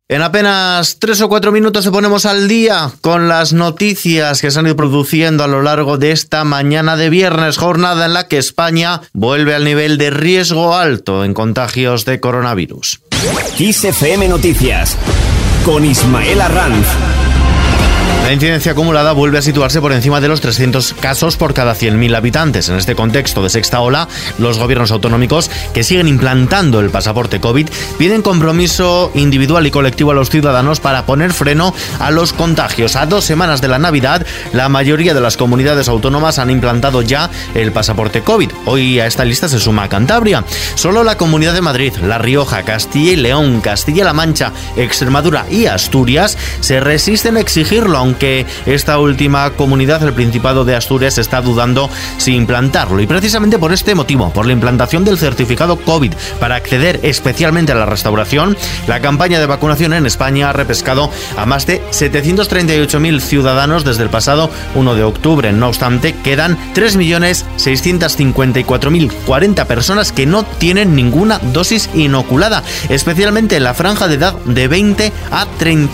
En apenas 3 o 4 minutos se ponemos al día con las noticias que se han ido produciendo a lo largo de esta mañana de viernes, jornada en la que España vuelve al nivel de riesgo alto en contagios de coronavirus. Kiss FM Noticias con Ismael Arranz. La incidencia acumulada vuelve a situarse por encima de los 300 casos por cada 100.000 habitantes. En este contexto de sexta ola, los gobiernos autonómicos que siguen implantando el pasaporte COVID piden compromiso individual y colectivo a los ciudadanos para poner freno a los contagios. A 2 semanas de la Navidad, la mayoría de las comunidades autónomas han implantado ya el pasaporte COVID. Hoy a esta lista se suma Cantabria. Solo la Comunidad de Madrid, La Rioja, Castilla y León, Castilla-La Mancha, Extremadura y Asturias se resisten a exigirlo, aunque esta última comunidad, el Principado de Asturias, está dudando si implantarlo. Y precisamente por este motivo, por la implantación del certificado COVID para acceder especialmente a la restauración, la campaña de vacunación en España ha repescado a más de 738.000 ciudadanos desde el pasado 1 de octubre. No obstante, quedan 3.654.040 personas que no tienen ninguna dosis inoculada, especialmente en la franja de edad de 20 a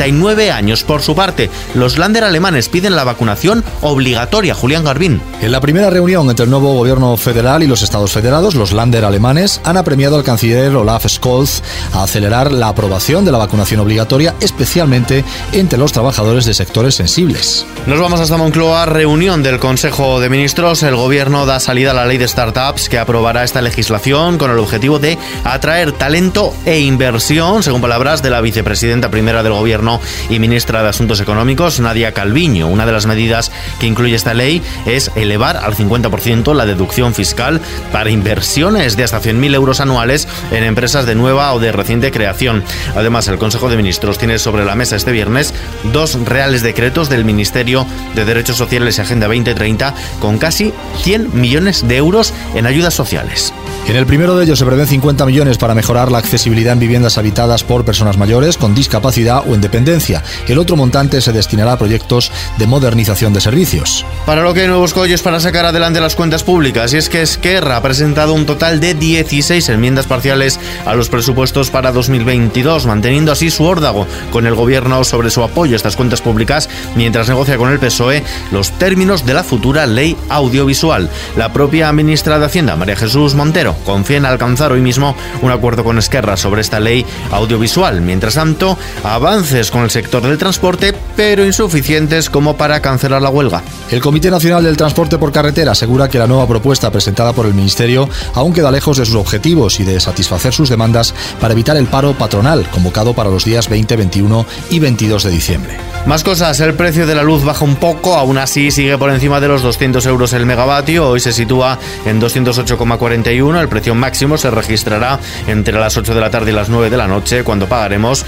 39 años. Por su parte, los Länder alemanes piden la vacunación obligatoria. Julián Garbín. En la primera reunión entre el nuevo gobierno federal y los estados federados, los Länder alemanes han apremiado al canciller Olaf Scholz a acelerar la aprobación de la vacunación obligatoria, especialmente entre los trabajadores de sectores sensibles. Nos vamos hasta Moncloa, reunión del Consejo de Ministros. El gobierno da salida a la ley de startups que aprobará esta legislación con el objetivo de atraer talento e inversión, según palabras de la vicepresidenta primera del gobierno y ministra de Asuntos Económicos, Nadia Calviño. Una de las medidas que incluye esta ley es elevar al 50% la deducción fiscal para inversiones de hasta 100.000 euros anuales en empresas de nueva o de reciente creación. Además, el Consejo de Ministros tiene sobre la mesa este viernes 2 reales decretos del Ministerio de Derechos Sociales y Agenda 2030 con casi 100 millones de euros en ayudas sociales. En el primero de ellos se prevén 50 millones para mejorar la accesibilidad en viviendas habitadas por personas mayores con discapacidad o en dependencia. El otro montante se destinará a proyectos de modernización de servicios. Para lo que hay nuevos collos para sacar adelante las cuentas públicas, y es que Esquerra ha presentado un total de 16 enmiendas parciales a los presupuestos para 2022, manteniendo así su órdago con el gobierno sobre su apoyo a estas cuentas públicas, mientras negocia con el PSOE los términos de la futura ley audiovisual. La propia ministra de Hacienda, María Jesús Montero, confía en alcanzar hoy mismo un acuerdo con Esquerra sobre esta ley audiovisual. Mientras tanto, avances con el sector del transporte, pero insuficientes como para cancelar la huelga. El Comité Nacional del Transporte por Carretera asegura que la nueva propuesta presentada por el Ministerio aún queda lejos de sus objetivos y de satisfacer sus demandas para evitar el paro patronal convocado para los días 20, 21 y 22 de diciembre. Más cosas, el precio de la luz baja un poco, aún así sigue por encima de los 200 euros el megavatio. Hoy se sitúa en 208,41. El precio máximo se registrará entre las 8 de la tarde y las 9 de la noche, cuando pagaremos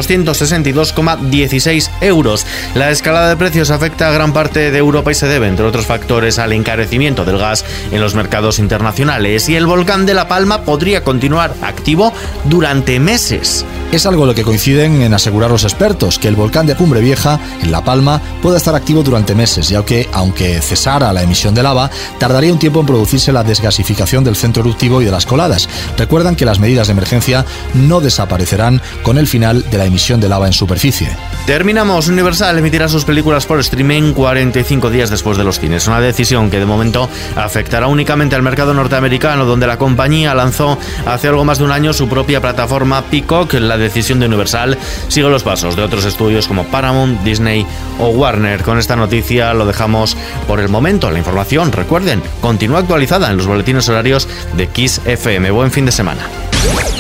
262,16 euros. La escalada de precios afecta a gran parte de Europa y se debe, entre otros factores, al encarecimiento del gas en los mercados internacionales. Y el volcán de La Palma podría continuar activo durante meses. Es algo lo que coinciden en asegurar los expertos, que el volcán de Cumbre Vieja, en La Palma, puede estar activo durante meses, ya que, aunque cesara la emisión de lava, tardaría un tiempo en producirse la desgasificación del centro eruptivo y de las coladas. Recuerdan que las medidas de emergencia no desaparecerán con el final de la emisión de lava en superficie. Terminamos. Universal emitirá sus películas por streaming 45 días después de los cines. Una decisión que de momento afectará únicamente al mercado norteamericano, donde la compañía lanzó hace algo más de un año su propia plataforma Peacock. La decisión de Universal sigue los pasos de otros estudios como Paramount, Disney o Warner. Con esta noticia lo dejamos por el momento. La información, recuerden, continúa actualizada en los boletines horarios de Kiss FM. Buen fin de semana.